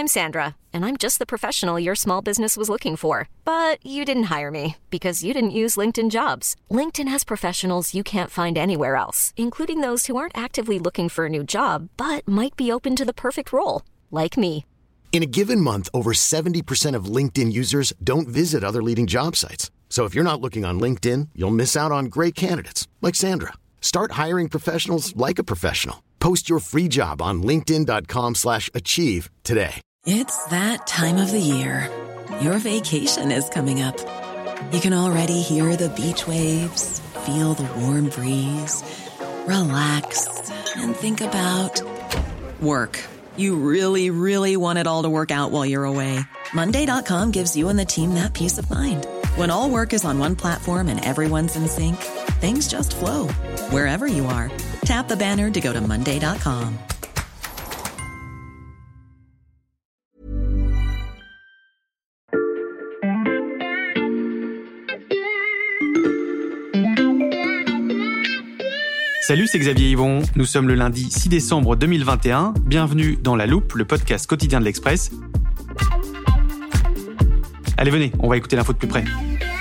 I'm Sandra, and I'm just the professional your small business was looking for. But you didn't hire me because you didn't use LinkedIn Jobs. LinkedIn has professionals you can't find anywhere else, including those who aren't actively looking for a new job, but might be open to the perfect role, like me. In a given month, over 70% of LinkedIn users don't visit other leading job sites. So if you're not looking on LinkedIn, you'll miss out on great candidates like Sandra. Start hiring professionals like a professional. Post your free job on linkedin.com/achieve today. It's that time of the year. Your vacation is coming up. You can already hear the beach waves, feel the warm breeze, relax, and think about work. You really, really want it all to work out while you're away. Monday.com gives you and the team that peace of mind. When all work is on one platform and everyone's in sync, things just flow. Wherever you are, tap the banner to go to Monday.com. Salut, c'est Xavier Yvon. Nous sommes le lundi 6 décembre 2021. Bienvenue dans La Loupe, le podcast quotidien de l'Express. Allez, venez, on va écouter l'info de plus près.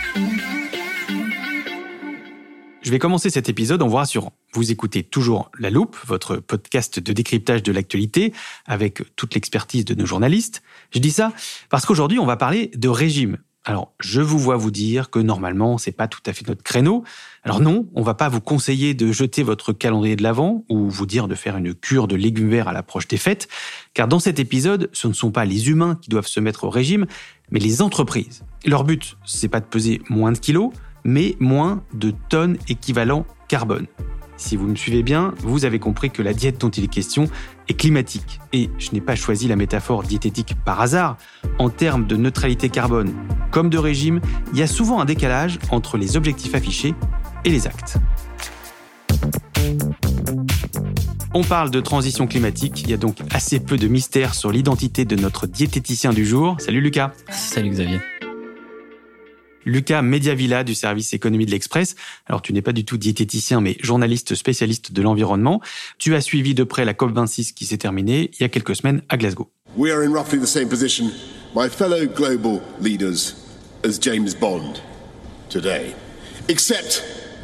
Je vais commencer cet épisode en vous rassurant. Vous écoutez toujours La Loupe, votre podcast de décryptage de l'actualité, avec toute l'expertise de nos journalistes. Je dis ça parce qu'aujourd'hui, on va parler de régime. Alors, je vous vois vous dire que normalement, c'est pas tout à fait notre créneau. Alors non, on va pas vous conseiller de jeter votre calendrier de l'Avent ou vous dire de faire une cure de légumes verts à l'approche des fêtes, car dans cet épisode, ce ne sont pas les humains qui doivent se mettre au régime, mais les entreprises. Leur but, c'est pas de peser moins de kilos, mais moins de tonnes équivalent carbone. Si vous me suivez bien, vous avez compris que la diète dont il est question est climatique. Et je n'ai pas choisi la métaphore diététique par hasard. En termes de neutralité carbone comme de régime, il y a souvent un décalage entre les objectifs affichés et les actes. On parle de transition climatique, il y a donc assez peu de mystère sur l'identité de notre diététicien du jour. Salut Lucas. Salut Xavier. Lucas Mediavilla du service économie de l'Express. Alors, tu n'es pas du tout diététicien, mais journaliste spécialiste de l'environnement. Tu as suivi de près la COP26 qui s'est terminée il y a quelques semaines à Glasgow. We are in roughly the same position, my fellow global leaders, as James Bond today. Except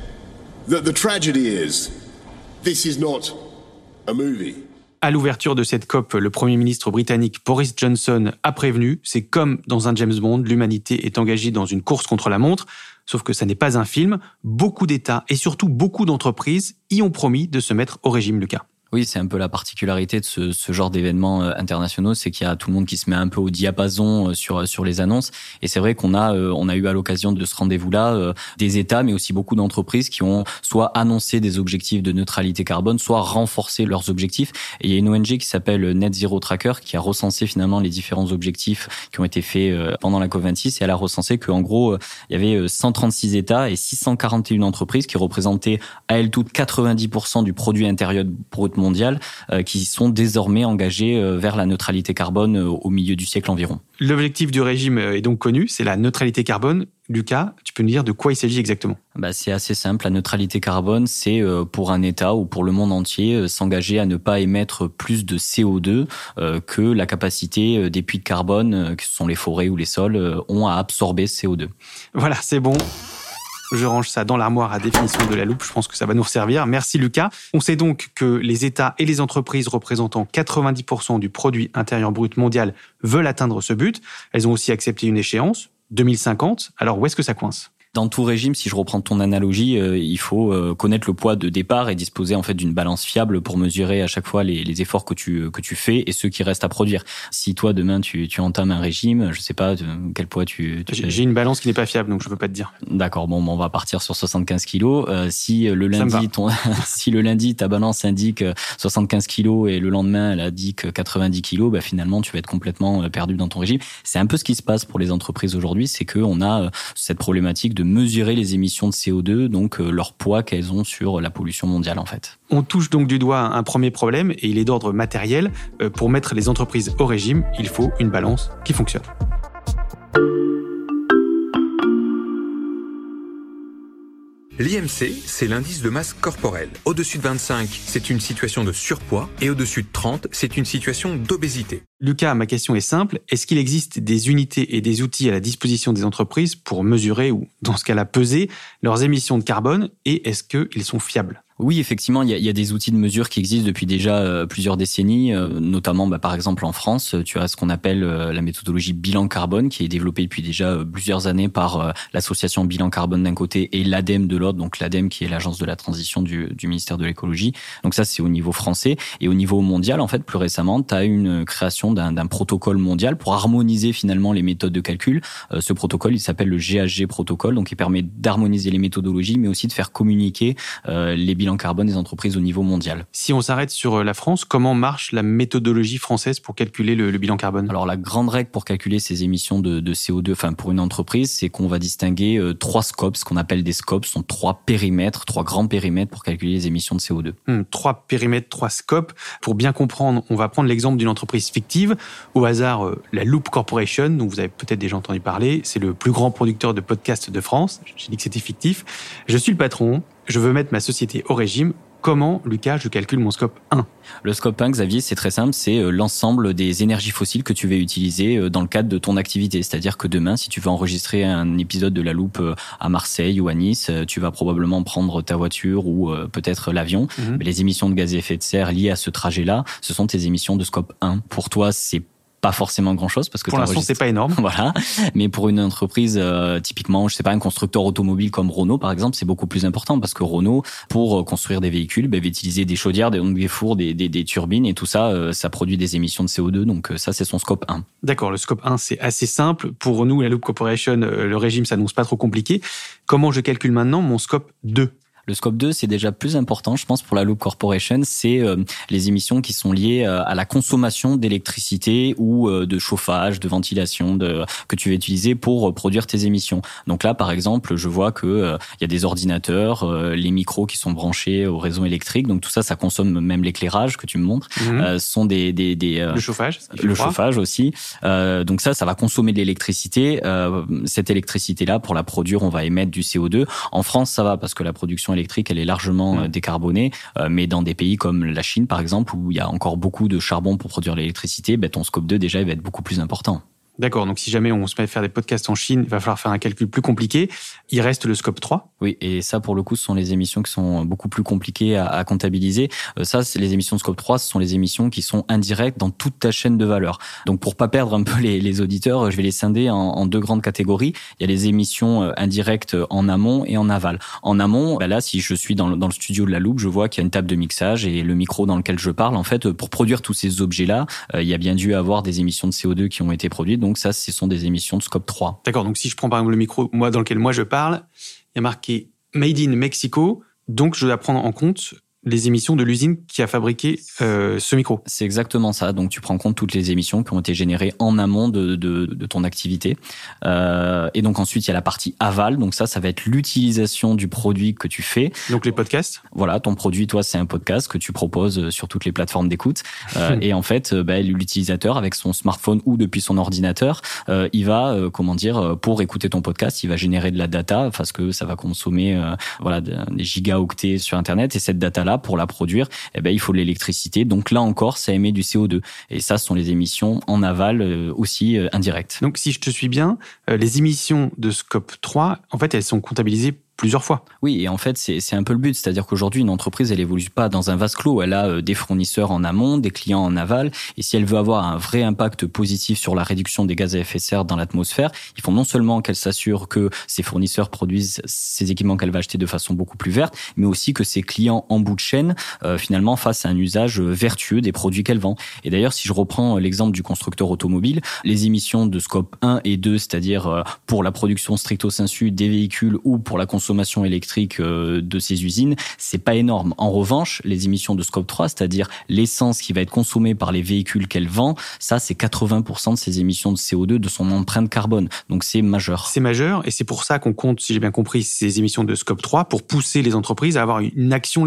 that the tragedy is, this is not a movie. À l'ouverture de cette COP, le Premier ministre britannique Boris Johnson a prévenu, c'est comme dans un James Bond, l'humanité est engagée dans une course contre la montre, sauf que ça n'est pas un film. Beaucoup d'États et surtout beaucoup d'entreprises y ont promis de se mettre au régime, Lucas. Oui, c'est un peu la particularité de ce genre d'événements internationaux, c'est qu'il y a tout le monde qui se met un peu au diapason sur les annonces. Et c'est vrai qu'on a eu à l'occasion de ce rendez-vous-là des États, mais aussi beaucoup d'entreprises qui ont soit annoncé des objectifs de neutralité carbone, soit renforcé leurs objectifs. Et il y a une ONG qui s'appelle Net Zero Tracker qui a recensé finalement les différents objectifs qui ont été faits pendant la COP26. Et elle a recensé qu'en gros, il y avait 136 États et 641 entreprises qui représentaient à elles toutes 90% du produit intérieur brut mondial qui sont désormais engagés vers la neutralité carbone au milieu du siècle environ. L'objectif du régime est donc connu, c'est la neutralité carbone. Lucas, tu peux nous dire de quoi il s'agit exactement ? C'est assez simple. La neutralité carbone, c'est pour un État ou pour le monde entier s'engager à ne pas émettre plus de CO2 que la capacité des puits de carbone, que ce sont les forêts ou les sols, ont à absorber ce CO2. Voilà, c'est bon. Je range ça dans l'armoire à définition de La Loupe. Je pense que ça va nous servir. Merci Lucas. On sait donc que les États et les entreprises représentant 90% du produit intérieur brut mondial veulent atteindre ce but. Elles ont aussi accepté une échéance, 2050. Alors où est-ce que ça coince ? Dans tout régime, si je reprends ton analogie, il faut connaître le poids de départ et disposer en fait d'une balance fiable pour mesurer à chaque fois les efforts que tu fais et ceux qui restent à produire. Si toi demain tu entames un régime, je sais pas quel poids tu... J'ai une balance qui n'est pas fiable, donc je peux pas te dire. D'accord, bon, on va partir sur 75 kilos. Si le lundi ta balance indique 75 kilos et le lendemain elle indique 90 kilos, finalement tu vas être complètement perdu dans ton régime. C'est un peu ce qui se passe pour les entreprises aujourd'hui, c'est que on a cette problématique de mesurer les émissions de CO2, donc leur poids qu'elles ont sur la pollution mondiale en fait. On touche donc du doigt un premier problème et il est d'ordre matériel. Pour mettre les entreprises au régime, il faut une balance qui fonctionne. L'IMC, c'est l'indice de masse corporelle. Au-dessus de 25, c'est une situation de surpoids et au-dessus de 30, c'est une situation d'obésité. Lucas, ma question est simple. Est-ce qu'il existe des unités et des outils à la disposition des entreprises pour mesurer ou, dans ce cas-là, peser leurs émissions de carbone et est-ce qu'ils sont fiables ? Oui, effectivement, il y a des outils de mesure qui existent depuis déjà plusieurs décennies, notamment par exemple en France, tu as ce qu'on appelle la méthodologie bilan carbone qui est développée depuis déjà plusieurs années par l'association Bilan Carbone d'un côté et l'ADEME de l'autre, donc l'ADEME qui est l'agence de la transition du ministère de l'écologie. Donc ça, c'est au niveau français. Et au niveau mondial, en fait, plus récemment, tu as une création d'un protocole mondial pour harmoniser finalement les méthodes de calcul. Ce protocole, il s'appelle le GHG protocole, donc il permet d'harmoniser les méthodologies, mais aussi de faire communiquer les bilans carbone des entreprises au niveau mondial. Si on s'arrête sur la France, comment marche la méthodologie française pour calculer le bilan carbone ? Alors la grande règle pour calculer ces émissions de CO2, enfin pour une entreprise, c'est qu'on va distinguer 3 scopes, ce qu'on appelle des scopes, ce sont 3 périmètres, 3 grands périmètres pour calculer les émissions de CO2. 3 périmètres, 3 scopes. Pour bien comprendre, on va prendre l'exemple d'une entreprise fictive. Au hasard, la Loop Corporation, dont vous avez peut-être déjà entendu parler, c'est le plus grand producteur de podcasts de France. J'ai dit que c'était fictif. Je suis le patron. Je veux mettre ma société au régime. Comment, Lucas, je calcule mon scope 1 ? Le scope 1, Xavier, c'est très simple, c'est l'ensemble des énergies fossiles que tu vas utiliser dans le cadre de ton activité. C'est-à-dire que demain, si tu veux enregistrer un épisode de La Loupe à Marseille ou à Nice, tu vas probablement prendre ta voiture ou peut-être l'avion. Mais les émissions de gaz à effet de serre liées à ce trajet-là, ce sont tes émissions de scope 1. Pour toi, c'est pas forcément grand-chose parce que pour l'instant, c'est pas énorme. Voilà. Mais pour une entreprise, typiquement, je sais pas, un constructeur automobile comme Renault, par exemple, c'est beaucoup plus important parce que Renault, pour construire des véhicules, va utiliser des chaudières, des fours, des turbines et tout ça, ça produit des émissions de CO2. Donc ça, c'est son scope 1. D'accord. Le scope 1, c'est assez simple. Pour nous, la Loop Corporation, le régime s'annonce pas trop compliqué. Comment je calcule maintenant mon scope 2 ? Le scope 2, c'est déjà plus important, je pense, pour la Loop Corporation. C'est les émissions qui sont liées à la consommation d'électricité ou de chauffage, de ventilation que tu vas utiliser pour produire tes émissions. Donc là, par exemple, je vois que il y a des ordinateurs, les micros qui sont branchés au réseau électrique. Donc tout ça, ça consomme même l'éclairage que tu me montres. Sont des le chauffage. Le chauffage aussi. Donc ça va consommer de l'électricité. Cette électricité-là, pour la produire, on va émettre du CO2. En France, ça va parce que la production électrique, elle est largement décarbonée, mais dans des pays comme la Chine, par exemple, où il y a encore beaucoup de charbon pour produire l'électricité, ton scope 2, déjà, il va être beaucoup plus important. D'accord, donc si jamais on se met à faire des podcasts en Chine, il va falloir faire un calcul plus compliqué. Il reste le scope 3. Oui, et ça, pour le coup, ce sont les émissions qui sont beaucoup plus compliquées à comptabiliser. Ça, c'est les émissions de scope 3, ce sont les émissions qui sont indirectes dans toute ta chaîne de valeur. Donc, pour pas perdre un peu les auditeurs, je vais les scinder en 2 grandes catégories. Il y a les émissions indirectes en amont et en aval. En amont, là, si je suis dans le studio de la Loupe, je vois qu'il y a une table de mixage et le micro dans lequel je parle. En fait, pour produire tous ces objets-là, il y a bien dû avoir des émissions de CO2 qui ont été produites. Donc ça, ce sont des émissions de scope 3. D'accord, donc si je prends par exemple le micro dans lequel moi je parle, il y a marqué Made in Mexico, donc je dois prendre en compte les émissions de l'usine qui a fabriqué ce micro. C'est exactement ça. Donc, tu prends en compte toutes les émissions qui ont été générées en amont de ton activité. Et donc, ensuite, il y a la partie aval. Donc, ça va être l'utilisation du produit que tu fais. Donc, les podcasts. Voilà, ton produit, toi, c'est un podcast que tu proposes sur toutes les plateformes d'écoute. Et en fait, l'utilisateur, avec son smartphone ou depuis son ordinateur, il va, pour écouter ton podcast, il va générer de la data parce que ça va consommer des gigaoctets sur Internet. Et cette data-là, pour la produire, il faut de l'électricité. Donc là encore, ça émet du CO2. Et ça, ce sont les émissions en aval aussi indirectes. Donc si je te suis bien, les émissions de scope 3, en fait, elles sont comptabilisées plusieurs fois. Oui, et en fait, c'est un peu le but. C'est-à-dire qu'aujourd'hui, une entreprise, elle évolue pas dans un vase clos. Elle a des fournisseurs en amont, des clients en aval. Et si elle veut avoir un vrai impact positif sur la réduction des gaz à effet de serre dans l'atmosphère, il faut non seulement qu'elle s'assure que ses fournisseurs produisent ces équipements qu'elle va acheter de façon beaucoup plus verte, mais aussi que ses clients en bout de chaîne, finalement, fassent un usage vertueux des produits qu'elle vend. Et d'ailleurs, si je reprends l'exemple du constructeur automobile, les émissions de scope 1 et 2, c'est-à-dire pour la production stricto sensu des véhicules ou pour la consommation électrique de ces usines, c'est pas énorme. En revanche, les émissions de scope 3, c'est-à-dire l'essence qui va être consommée par les véhicules qu'elle vend, ça, c'est 80% de ses émissions de CO2, de son empreinte carbone. Donc, c'est majeur. C'est majeur et c'est pour ça qu'on compte, si j'ai bien compris, ces émissions de scope 3 pour pousser les entreprises à avoir une action là-dessus.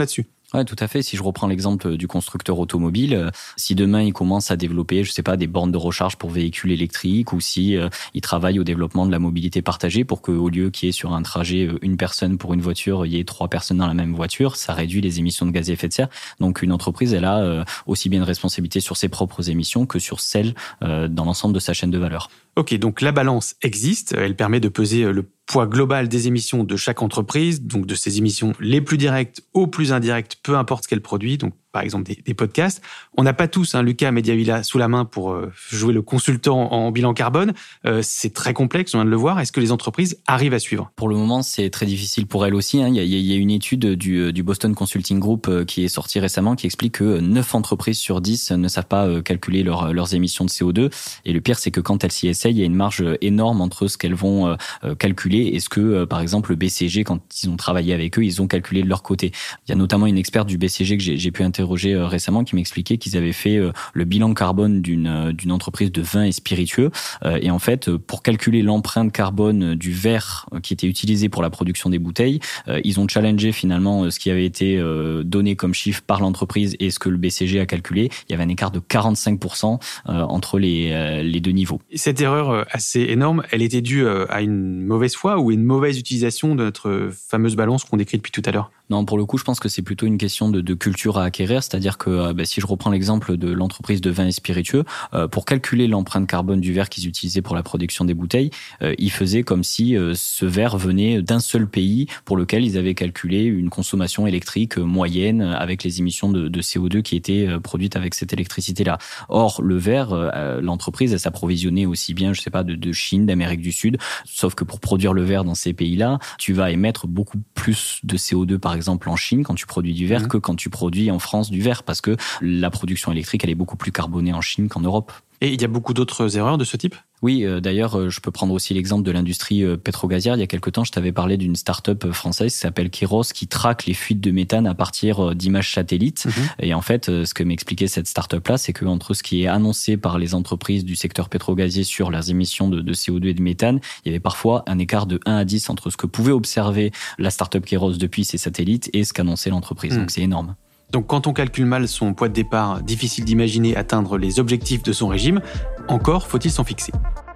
Ouais, tout à fait. Si je reprends l'exemple du constructeur automobile, si demain il commence à développer, je sais pas, des bornes de recharge pour véhicules électriques, ou si il travaille au développement de la mobilité partagée pour qu'au lieu qu'il y ait sur un trajet une personne pour une voiture, il y ait 3 personnes dans la même voiture, ça réduit les émissions de gaz à effet de serre. Donc une entreprise, elle a aussi bien une responsabilité sur ses propres émissions que sur celles dans l'ensemble de sa chaîne de valeur. Ok, donc la balance existe, elle permet de peser le poids global des émissions de chaque entreprise, donc de ses émissions les plus directes aux plus indirectes, peu importe ce qu'elle produit, donc par exemple des podcasts. On n'a pas tous Lucas Mediavilla sous la main pour jouer le consultant en bilan carbone. C'est très complexe, on vient de le voir. Est-ce que les entreprises arrivent à suivre ? Pour le moment, c'est très difficile pour elles aussi. Il y a une étude du Boston Consulting Group qui est sortie récemment qui explique que 9 entreprises sur 10 ne savent pas calculer leurs émissions de CO2. Et le pire, c'est que quand elles s'y essayent, il y a une marge énorme entre ce qu'elles vont calculer et ce que, par exemple, le BCG, quand ils ont travaillé avec eux, ils ont calculé de leur côté. Il y a notamment une experte du BCG que j'ai pu interroger récemment qui m'expliquait qu'ils avaient fait le bilan carbone d'une entreprise de vin et spiritueux. Et en fait, pour calculer l'empreinte carbone du verre qui était utilisé pour la production des bouteilles, ils ont challengé finalement ce qui avait été donné comme chiffre par l'entreprise et ce que le BCG a calculé. Il y avait un écart de 45% entre les deux niveaux. Cette erreur assez énorme, elle était due à une mauvaise foi ou une mauvaise utilisation de notre fameuse balance qu'on décrit depuis tout à l'heure ? Non, pour le coup, je pense que c'est plutôt une question de culture à acquérir. C'est-à-dire que si je reprends l'exemple de l'entreprise de vin et spiritueux, pour calculer l'empreinte carbone du verre qu'ils utilisaient pour la production des bouteilles, ils faisaient comme si ce verre venait d'un seul pays pour lequel ils avaient calculé une consommation électrique moyenne avec les émissions de CO2 qui étaient produites avec cette électricité-là. Or, le verre, l'entreprise, elle s'approvisionnait aussi bien, je sais pas, de Chine, d'Amérique du Sud, sauf que pour produire le verre dans ces pays-là, tu vas émettre beaucoup plus de CO2 par exemple en Chine quand tu produis du verre que quand tu produis en France du verre, parce que la production électrique, elle est beaucoup plus carbonée en Chine qu'en Europe. Et il y a beaucoup d'autres erreurs de ce type ? Oui, d'ailleurs, je peux prendre aussi l'exemple de l'industrie pétrogazière. Il y a quelque temps, je t'avais parlé d'une start-up française qui s'appelle Kairos, qui traque les fuites de méthane à partir d'images satellites. Et en fait, ce que m'expliquait cette start-up-là, c'est que entre ce qui est annoncé par les entreprises du secteur pétrogazier sur leurs émissions de CO2 et de méthane, il y avait parfois un écart de 1 à 10 entre ce que pouvait observer la start-up Kairos depuis ses satellites et ce qu'annonçait l'entreprise. Donc c'est énorme. Donc quand on calcule mal son poids de départ, difficile d'imaginer atteindre les objectifs de son régime. Encore faut-il s'en fixer.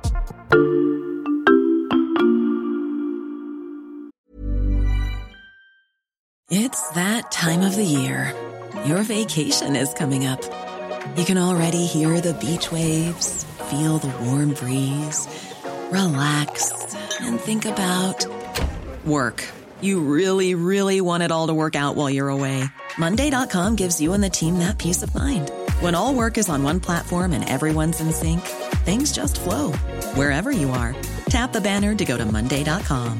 It's that time of the year. Your vacation is coming up. You can already hear the beach waves, feel the warm breeze, relax, and think about work. You really, really want it all to work out while you're away. Monday.com gives you and the team that peace of mind. When all work is on one platform and everyone's in sync, things just flow. Wherever you are, tap the banner to go to Monday.com.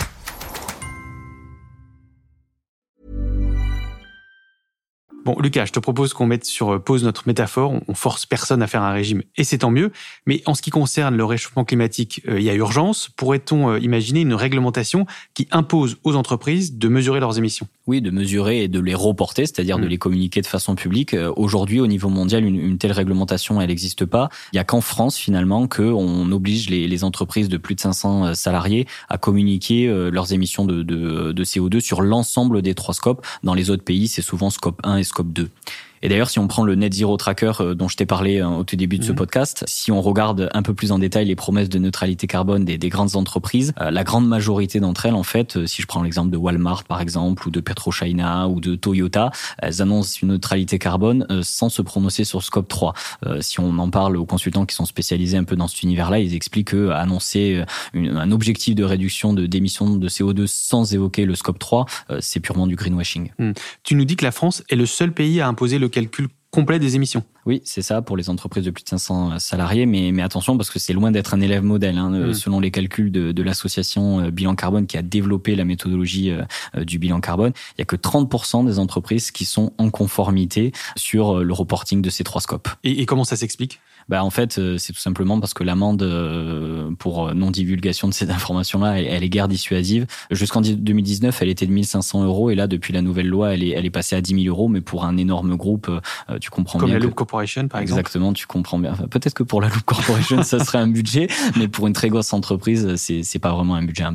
Bon, Lucas, je te propose qu'on mette sur pause notre métaphore. On force personne à faire un régime et c'est tant mieux. Mais en ce qui concerne le réchauffement climatique, il y a urgence. Pourrait-on imaginer une réglementation qui impose aux entreprises de mesurer leurs émissions ? Oui, de mesurer et de les reporter, c'est-à-dire de les communiquer de façon publique. Aujourd'hui, au niveau mondial, une telle réglementation, elle n'existe pas. Il n'y a qu'en France, finalement, qu'on oblige les entreprises de plus de 500 salariés à communiquer leurs émissions de CO2 sur l'ensemble des 3 scopes. Dans les autres pays, c'est souvent scope 1 et scope 2. Et d'ailleurs, si on prend le Net Zero Tracker dont je t'ai parlé au tout début de ce podcast, si on regarde un peu plus en détail les promesses de neutralité carbone des grandes entreprises, la grande majorité d'entre elles, en fait, si je prends l'exemple de Walmart par exemple, ou de PetroChina, ou de Toyota, elles annoncent une neutralité carbone sans se prononcer sur Scope 3. Si on en parle aux consultants qui sont spécialisés un peu dans cet univers-là, ils expliquent que annoncer un objectif de réduction d'émissions de CO2 sans évoquer le Scope 3, c'est purement du greenwashing. Tu nous dis que la France est le seul pays à imposer le calcul complet des émissions. Oui, c'est ça pour les entreprises de plus de 500 salariés, mais attention parce que c'est loin d'être un élève modèle. Selon les calculs de l'association Bilan Carbone qui a développé la méthodologie du bilan carbone, il y a que 30% des entreprises qui sont en conformité sur le reporting de ces 3 scopes. Et comment ça s'explique ? En fait, c'est tout simplement parce que l'amende pour non-divulgation de ces informations-là, elle est guère dissuasive. Jusqu'en 2019, elle était de 1 500 € et là, depuis la nouvelle loi, elle est passée à 10 000 € mais pour un énorme groupe, tu comprends bien. Comme la Loop Corporation, par exemple. Exactement, tu comprends bien. Enfin, peut-être que pour la Loop Corporation, ça serait un budget, mais pour une très grosse entreprise, c'est pas vraiment un budget important.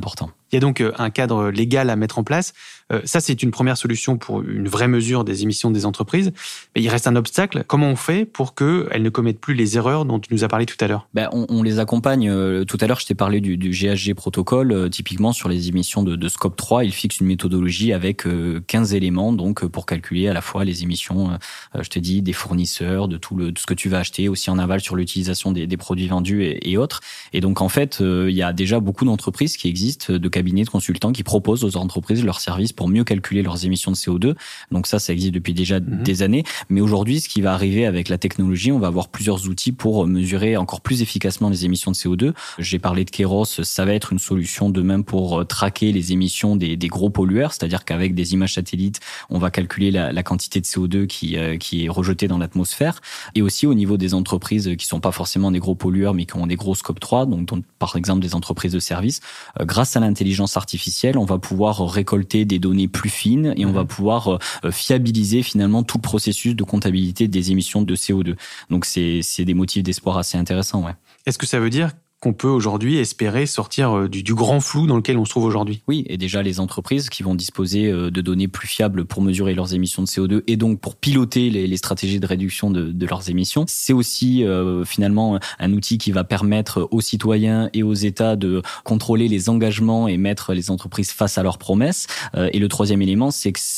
Il y a donc un cadre légal à mettre en place. Ça, c'est une première solution pour une vraie mesure des émissions des entreprises. Mais il reste un obstacle. Comment on fait pour qu'elles ne commettent plus les erreurs dont tu nous as parlé tout à l'heure ? On les accompagne. Tout à l'heure, je t'ai parlé du GHG protocole. Typiquement, sur les émissions de Scope 3, il fixe une méthodologie avec 15 éléments donc pour calculer à la fois les émissions, je te dis, des fournisseurs, de tout ce que tu vas acheter, aussi en aval sur l'utilisation des produits vendus et autres. Et donc, en fait, il y a déjà beaucoup d'entreprises qui existent, de cabinets de consultants qui proposent aux entreprises leurs services pour mieux calculer leurs émissions de CO2. Donc ça existe depuis déjà des années. Mais aujourd'hui, ce qui va arriver avec la technologie, on va avoir plusieurs outils pour mesurer encore plus efficacement les émissions de CO2. J'ai parlé de Kairos, ça va être une solution demain pour traquer les émissions des gros pollueurs, c'est-à-dire qu'avec des images satellites, on va calculer la quantité de CO2 qui est rejetée dans l'atmosphère. Et aussi au niveau des entreprises qui sont pas forcément des gros pollueurs, mais qui ont des gros Scope 3, donc par exemple des entreprises de services, grâce à l'intelligence artificielle, on va pouvoir récolter des données plus fines et on va pouvoir fiabiliser finalement tout le processus de comptabilité des émissions de CO2. Donc c'est des motifs d'espoir assez intéressants, ouais. Est-ce que ça veut dire qu'on peut aujourd'hui espérer sortir du grand flou dans lequel on se trouve aujourd'hui? Oui, et déjà les entreprises qui vont disposer de données plus fiables pour mesurer leurs émissions de CO2 et donc pour piloter les stratégies de réduction de leurs émissions. C'est aussi finalement un outil qui va permettre aux citoyens et aux États de contrôler les engagements et mettre les entreprises face à leurs promesses. Et le troisième élément, c'est que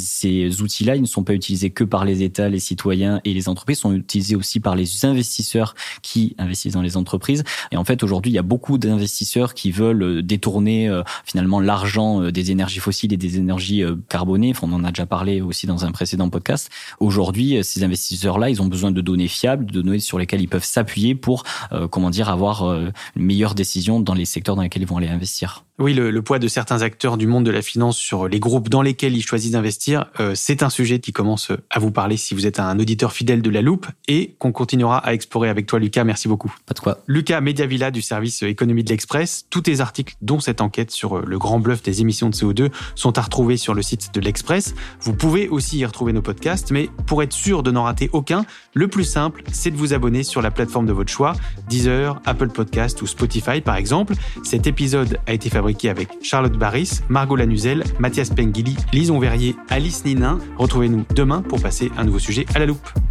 ces outils-là, ils ne sont pas utilisés que par les États, les citoyens et les entreprises, sont utilisés aussi par les investisseurs qui investissent dans les entreprises. Et en fait, aujourd'hui, il y a beaucoup d'investisseurs qui veulent détourner finalement l'argent des énergies fossiles et des énergies carbonées. Enfin, on en a déjà parlé aussi dans un précédent podcast. Aujourd'hui, ces investisseurs-là, ils ont besoin de données fiables, de données sur lesquelles ils peuvent s'appuyer pour, avoir une meilleure décision dans les secteurs dans lesquels ils vont aller investir. Oui, le poids de certains acteurs du monde de la finance sur les groupes dans lesquels ils choisissent d'investir, c'est un sujet qui commence à vous parler si vous êtes un auditeur fidèle de La Loupe et qu'on continuera à explorer avec toi, Lucas. Merci beaucoup. Pas de quoi. Lucas Mediavilla du service économie de l'Express. Tous tes articles, dont cette enquête sur le grand bluff des émissions de CO2, sont à retrouver sur le site de l'Express. Vous pouvez aussi y retrouver nos podcasts, mais pour être sûr de n'en rater aucun, le plus simple, c'est de vous abonner sur la plateforme de votre choix, Deezer, Apple Podcast ou Spotify par exemple. Cet épisode a été fabriqué avec Charlotte Baris, Margot Lanuzel, Mathias Pengili, Lison Verrier, Alice Ninin. Retrouvez-nous demain pour passer un nouveau sujet à la loupe.